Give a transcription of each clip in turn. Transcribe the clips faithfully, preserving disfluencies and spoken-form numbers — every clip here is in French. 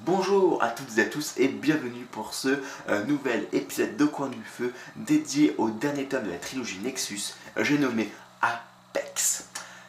Bonjour à toutes et à tous et bienvenue pour ce euh, nouvel épisode de Coin du Feu dédié au dernier tome de la trilogie Nexus, euh, j'ai nommé Apex.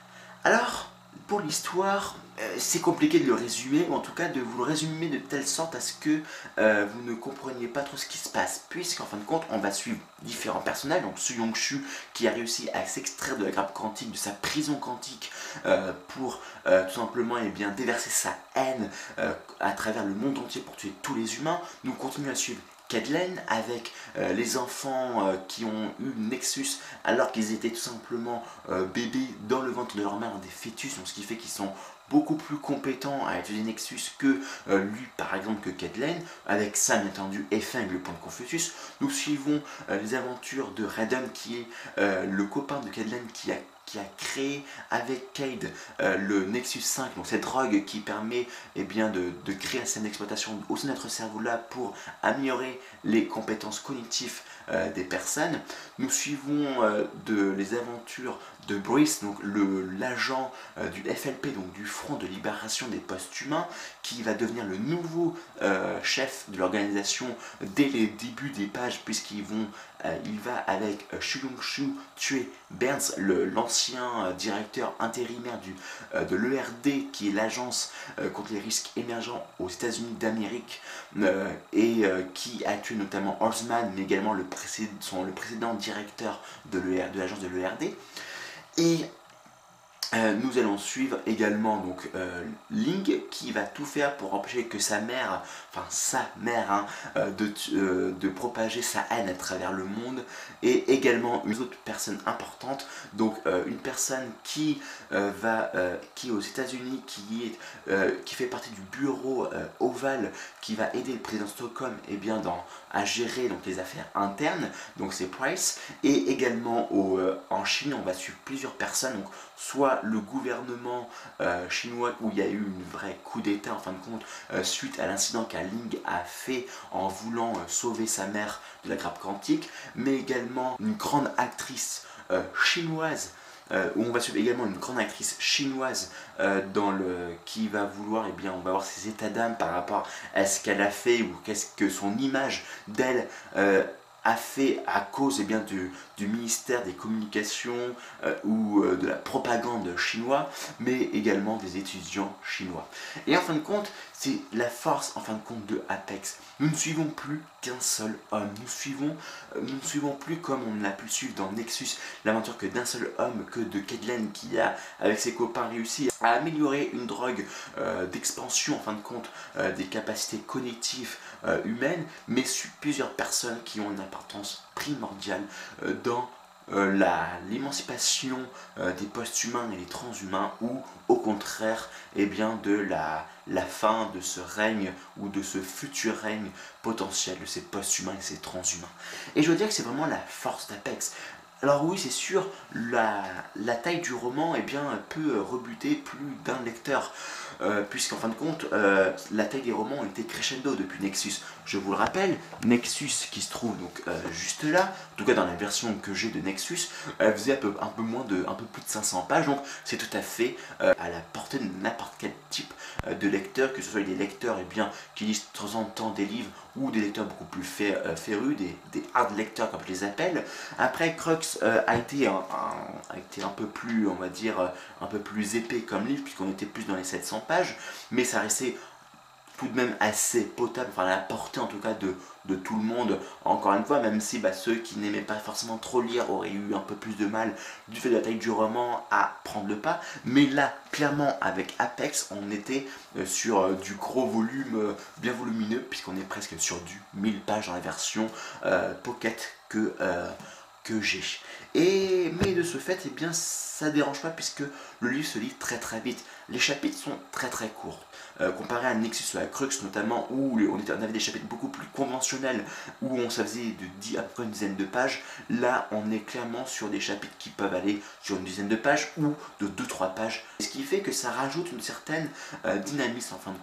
Alors, pour l'histoire, euh, c'est compliqué de le résumer, ou en tout cas de vous le résumer de telle sorte à ce que euh, vous ne compreniez pas trop ce qui se passe, puisqu'en fin de compte, on va suivre différents personnages, donc Su Yongshu qui a réussi à s'extraire de la grappe quantique, de sa prison quantique, euh, pour euh, tout simplement eh bien, déverser sa haine euh, à travers le monde entier pour tuer tous les humains. Nous continuons à suivre Caitlyn avec euh, les enfants euh, qui ont eu Nexus alors qu'ils étaient tout simplement euh, bébés dans le ventre de leur mère, des fœtus, donc ce qui fait qu'ils sont beaucoup plus compétents à utiliser Nexus que euh, lui par exemple que Caitlyn, avec Sam bien entendu et Feng le point de Confucius. Nous suivons euh, les aventures de Raiden qui est euh, le copain de Caitlyn qui a qui a créé avec Cade euh, le Nexus cinq, donc cette drogue qui permet eh bien, de, de créer un système d'exploitation au sein de notre cerveau là pour améliorer les compétences cognitives euh, des personnes. Nous suivons euh, de, les aventures de Brice, donc l'agent euh, du F L P, donc du Front de Libération des Post-Humains, qui va devenir le nouveau euh, chef de l'organisation dès les débuts des pages, puisqu'ils vont euh, il va avec euh, Su Yongshu tuer Burns, l'ancien euh, directeur intérimaire du, euh, de l'E R D, qui est l'agence euh, contre les risques émergents aux États-Unis d'Amérique, euh, et euh, qui a tué notamment Holzman, mais également le, précéd son, le précédent directeur de l'agence de l'E R D. Et euh, nous allons suivre également donc euh, Ling qui va tout faire pour empêcher que sa mère, enfin sa mère, hein, euh, de, euh, de propager sa haine à travers le monde, et également une autre personne importante, donc euh, une personne qui euh, va, euh, qui est aux États-Unis, qui est, euh, qui fait partie du bureau euh, ovale, qui va aider le président Stockholm et eh bien dans à gérer donc les affaires internes, donc c'est Price, et également au, euh, en Chine on va suivre plusieurs personnes, donc soit le gouvernement euh, chinois où il y a eu une vraie coup d'état en fin de compte euh, suite à l'incident qu'Aling a fait en voulant euh, sauver sa mère de la grappe quantique, mais également une grande actrice euh, chinoise Euh, où on va suivre également une grande actrice chinoise euh, dans le, qui va vouloir, eh bien, on va voir ses états d'âme par rapport à ce qu'elle a fait ou qu'est-ce que son image d'elle euh, a fait à cause eh bien, du, du ministère des communications euh, ou euh, de la propagande chinois, mais également des étudiants chinois. Et en fin de compte, c'est la force en fin de compte de Apex. Nous ne suivons plus qu'un seul homme. Nous suivons, euh, nous ne suivons plus comme on a pu le suivre dans Nexus, l'aventure que d'un seul homme, que de Caitlyn qui a, avec ses copains, réussi à améliorer une drogue euh, d'expansion en fin de compte euh, des capacités cognitives euh, humaines, mais sur plusieurs personnes qui ont une importance primordiale euh, dans Euh, l'émancipation euh, des post-humains et des transhumains, ou au contraire eh bien, de la, la fin de ce règne ou de ce futur règne potentiel de ces post-humains et ces transhumains. Et je veux dire que c'est vraiment la force d'Apex. Alors oui, c'est sûr, la, la taille du roman eh bien, peut rebuter plus d'un lecteur, euh, puisqu'en fin de compte, euh, la taille des romans a été crescendo depuis Nexus. Je vous le rappelle, Nexus qui se trouve donc euh, juste là, en tout cas dans la version que j'ai de Nexus, elle faisait un peu, un peu moins de, un peu plus de cinq cents pages, donc c'est tout à fait euh, à la portée de n'importe quel type euh, de lecteur, que ce soit des lecteurs eh bien, qui lisent de temps en temps des livres, ou des lecteurs beaucoup plus fé, euh, férus, des, des hard lecteurs comme je les appelle. Après, Crux euh, a, été un, un, a été un peu plus, on va dire, un peu plus épais comme livre, puisqu'on était plus dans les sept cents pages, mais ça restait tout de même assez potable, enfin à la portée en tout cas de, de tout le monde, encore une fois, même si bah, ceux qui n'aimaient pas forcément trop lire auraient eu un peu plus de mal du fait de la taille du roman à prendre le pas, mais là, clairement, avec Apex, on était euh, sur euh, du gros volume euh, bien volumineux, puisqu'on est presque sur du mille pages dans la version euh, Pocket que... Euh, que j'ai. Et mais de ce fait, eh bien, ça dérange pas puisque le livre se lit très très vite. Les chapitres sont très très courts. Euh, comparé à Nexus ou à Crux notamment, où on, était, on avait des chapitres beaucoup plus conventionnels, où on ça faisait de dix à peu près une dizaine de pages, là on est clairement sur des chapitres qui peuvent aller sur une dizaine de pages ou de deux trois pages. Ce qui fait que ça rajoute une certaine euh, dynamisme en fin de compte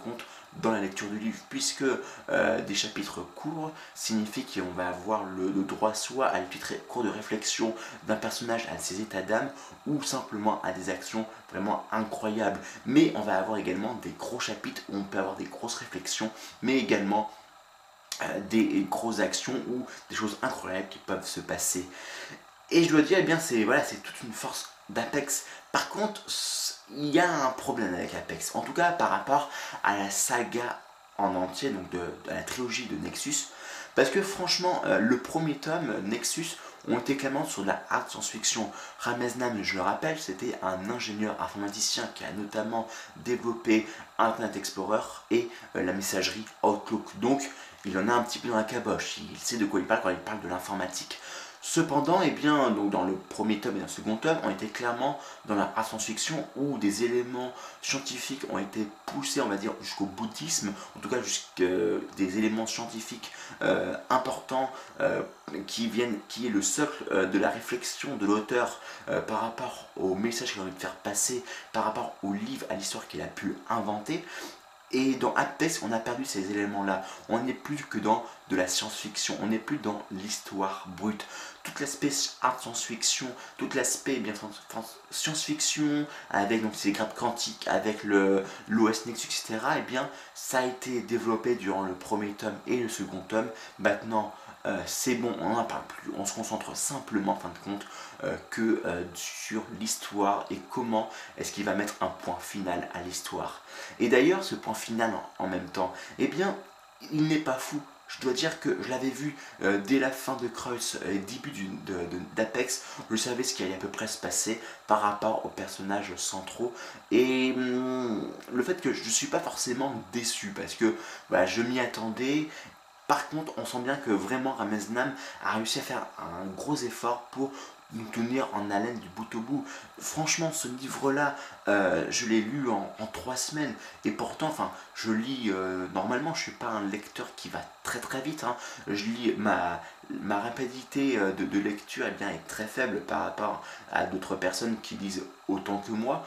dans la lecture du livre, puisque euh, des chapitres courts signifie qu'on va avoir le, le droit soit à des petits cours de réflexion d'un personnage à ses états d'âme, ou simplement à des actions vraiment incroyables. Mais on va avoir également des gros chapitres où on peut avoir des grosses réflexions, mais également euh, des grosses actions ou des choses incroyables qui peuvent se passer. Et je dois dire, eh bien, c'est voilà, c'est toute une force d'Apex. Par contre, il y a un problème avec Apex, en tout cas par rapport à la saga en entier, donc de, de la trilogie de Nexus, parce que franchement, euh, le premier tome, Nexus, ont été clairement sur de la hard science-fiction. Ramesnam, je le rappelle, c'était un ingénieur informaticien qui a notamment développé Internet Explorer et euh, la messagerie Outlook. Donc, il en a un petit peu dans la caboche, il sait de quoi il parle quand il parle de l'informatique. Cependant, eh bien, donc dans le premier tome et dans le second tome, on était clairement dans la science-fiction où des éléments scientifiques ont été poussés, on va dire, jusqu'au bouddhisme, en tout cas jusqu'à des éléments scientifiques euh, importants euh, qui viennent, qui est le socle euh, de la réflexion de l'auteur euh, par rapport au message qu'il a envie de faire passer, par rapport au livre, à l'histoire qu'il a pu inventer. Et dans Apex, on a perdu ces éléments-là. On n'est plus que dans de la science-fiction, on n'est plus dans l'histoire brute. Tout l'aspect art science-fiction, tout l'aspect bien science-fiction, avec donc ces grappes quantiques, avec le l'O S Nexus, et cetera. Et bien, ça a été développé durant le premier tome et le second tome. Maintenant, euh, c'est bon, on n'en parle plus. On se concentre simplement, en fin de compte, euh, que euh, sur l'histoire et comment est-ce qu'il va mettre un point final à l'histoire. Et d'ailleurs, ce point final en, en même temps, eh bien, il n'est pas fou. Je dois dire que je l'avais vu euh, dès la fin de Kreuz et début d'Apex, je savais ce qui allait à peu près se passer par rapport aux personnages centraux. Et hum, le fait que je ne suis pas forcément déçu parce que voilà, je m'y attendais. Par contre, on sent bien que vraiment Ramesnam a réussi à faire un gros effort pour nous tenir en haleine du bout au bout. Franchement, ce livre-là, euh, je l'ai lu en, en trois semaines. Et pourtant, enfin, je lis, euh, normalement, je suis pas un lecteur qui va très très vite. Hein. Je lis, ma, ma rapidité de, de lecture eh bien, est très faible par rapport à d'autres personnes qui lisent autant que moi.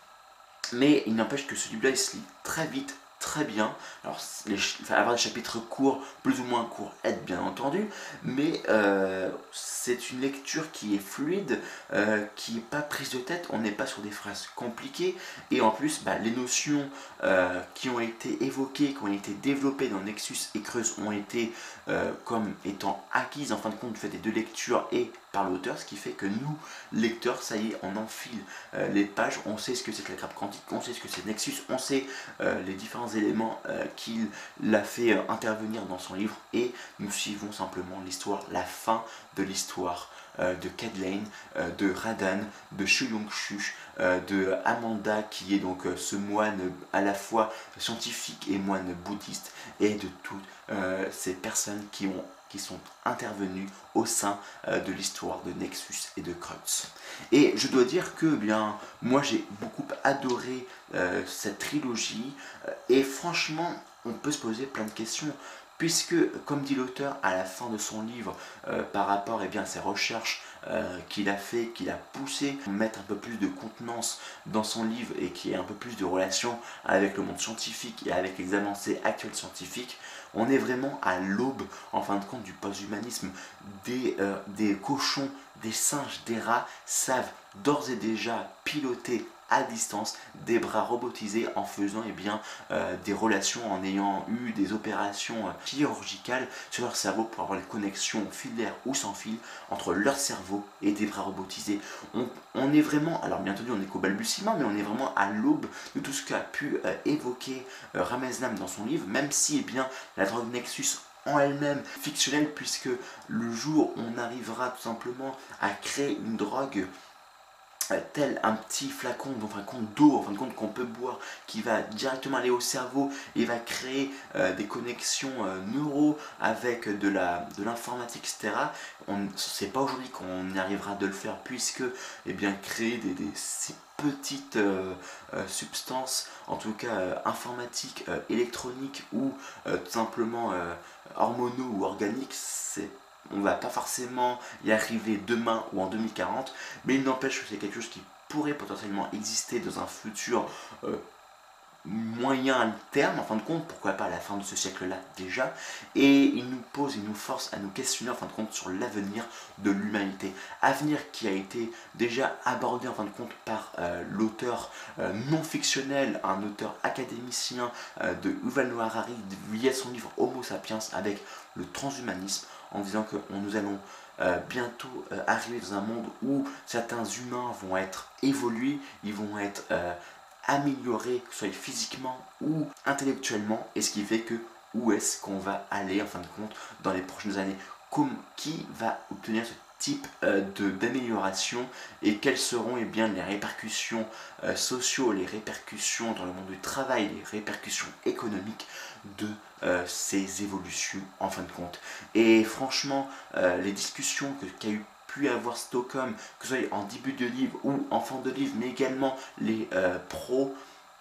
Mais il n'empêche que ce livre-là, il se lit très vite, très bien. Alors, les, enfin, avoir des chapitres courts, plus ou moins courts, aide bien entendu, mais euh, c'est une lecture qui est fluide, euh, qui n'est pas prise de tête, on n'est pas sur des phrases compliquées, et en plus, bah, les notions euh, qui ont été évoquées, qui ont été développées dans Nexus et Kreuz ont été euh, comme étant acquises en fin de compte du fait des deux lectures et par l'auteur, ce qui fait que nous, lecteurs, ça y est, on enfile euh, les pages, on sait ce que c'est que la grappe quantique, on sait ce que c'est Nexus, on sait euh, les différents éléments euh, qu'il a fait euh, intervenir dans son livre, et nous suivons simplement l'histoire, la fin de l'histoire euh, de Kadlane, euh, de Radan, de Shuyong-Shu, euh, de Amanda, qui est donc euh, ce moine à la fois scientifique et moine bouddhiste, et de toutes euh, ces personnes qui ont qui sont intervenus au sein euh, de l'histoire de Nexus et de Kreuz. Et je dois dire que bien, moi j'ai beaucoup adoré euh, cette trilogie, euh, et franchement on peut se poser plein de questions, puisque comme dit l'auteur à la fin de son livre, euh, par rapport eh bien, à ses recherches euh, qu'il a fait, qu'il a poussé pour mettre un peu plus de contenance dans son livre et qui ait un peu plus de relation avec le monde scientifique et avec les avancées actuelles scientifiques, on est vraiment à l'aube, en fin de compte, du post-humanisme. Des, euh, des cochons, des singes, des rats savent d'ores et déjà piloter à distance des bras robotisés en faisant eh bien, euh, des relations, en ayant eu des opérations euh, chirurgicales sur leur cerveau pour avoir une connexion filaire ou sans fil entre leur cerveau et des bras robotisés. On, on est vraiment, alors bien entendu on est qu'au balbutiement, mais on est vraiment à l'aube de tout ce qu'a pu euh, évoquer euh, Ramesnam dans son livre, même si eh bien, la drogue Nexus en elle-même fictionnelle, puisque le jour où on arrivera tout simplement à créer une drogue tel un petit flacon, donc un flacon d'eau en fin de compte qu'on peut boire, qui va directement aller au cerveau et va créer euh, des connexions euh, neuro avec de la de l'informatique, et cetera. C'est pas aujourd'hui qu'on y arrivera de le faire, puisque eh bien, créer des, des ces petites euh, euh, substances, en tout cas euh, informatiques, euh, électroniques ou euh, tout simplement euh, hormonaux ou organiques, c'est on va pas forcément y arriver demain ou en deux mille quarante, mais il n'empêche que c'est quelque chose qui pourrait potentiellement exister dans un futur euh, moyen à terme, en fin de compte, pourquoi pas à la fin de ce siècle-là déjà, et il nous pose, il nous force à nous questionner en fin de compte sur l'avenir de l'humanité. Avenir qui a été déjà abordé en fin de compte par euh, l'auteur euh, non fictionnel, un auteur académicien euh, de Yuval Noah Harari via son livre Homo sapiens avec le transhumanisme, en disant que on, nous allons euh, bientôt euh, arriver dans un monde où certains humains vont être évolués, ils vont être euh, améliorés, que ce soit physiquement ou intellectuellement, et ce qui fait que où est-ce qu'on va aller en fin de compte dans les prochaines années, comme, qui va obtenir ce type euh, de, d'amélioration et quelles seront eh bien, les répercussions euh, sociaux, les répercussions dans le monde du travail, les répercussions économiques de euh, ces évolutions en fin de compte. Et franchement, euh, les discussions que, qu'a eu pu avoir Stockholm, que ce soit en début de livre ou en fin de livre, mais également les euh, pros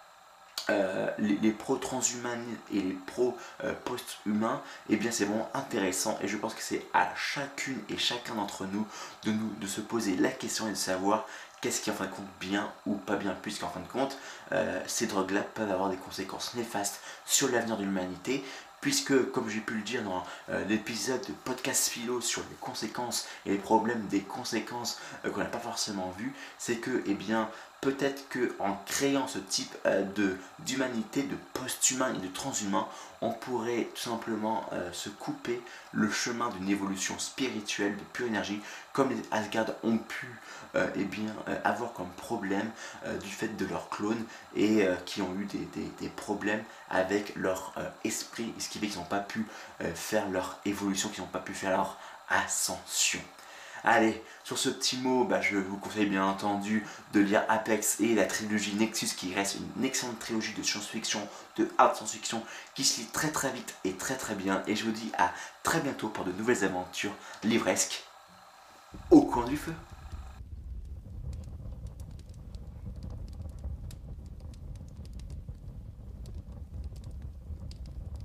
Euh, les, les pro-transhumains et les pro-post-humains, et eh bien c'est vraiment intéressant et je pense que c'est à chacune et chacun d'entre nous de, nous de se poser la question et de savoir qu'est-ce qui est en fin de compte bien ou pas bien, puisqu'en fin de compte euh, ces drogues-là peuvent avoir des conséquences néfastes sur l'avenir de l'humanité, puisque comme j'ai pu le dire dans euh, l'épisode de podcast philo sur les conséquences et les problèmes des conséquences euh, qu'on n'a pas forcément vu, c'est que eh bien peut-être qu'en créant ce type euh, de, d'humanité, de post-humain et de transhumain, on pourrait tout simplement euh, se couper le chemin d'une évolution spirituelle, de pure énergie, comme les Asgard ont pu euh, eh bien, euh, avoir comme problème euh, du fait de leurs clones et euh, qui ont eu des, des, des problèmes avec leur euh, esprit, ce qui fait qu'ils n'ont pas pu euh, faire leur évolution, qu'ils n'ont pas pu faire leur ascension. Allez, sur ce petit mot, bah, je vous conseille bien entendu de lire Apex et la trilogie Nexus qui reste une excellente trilogie de science-fiction, de hard science-fiction qui se lit très très vite et très très bien. Et je vous dis à très bientôt pour de nouvelles aventures livresques au coin du feu.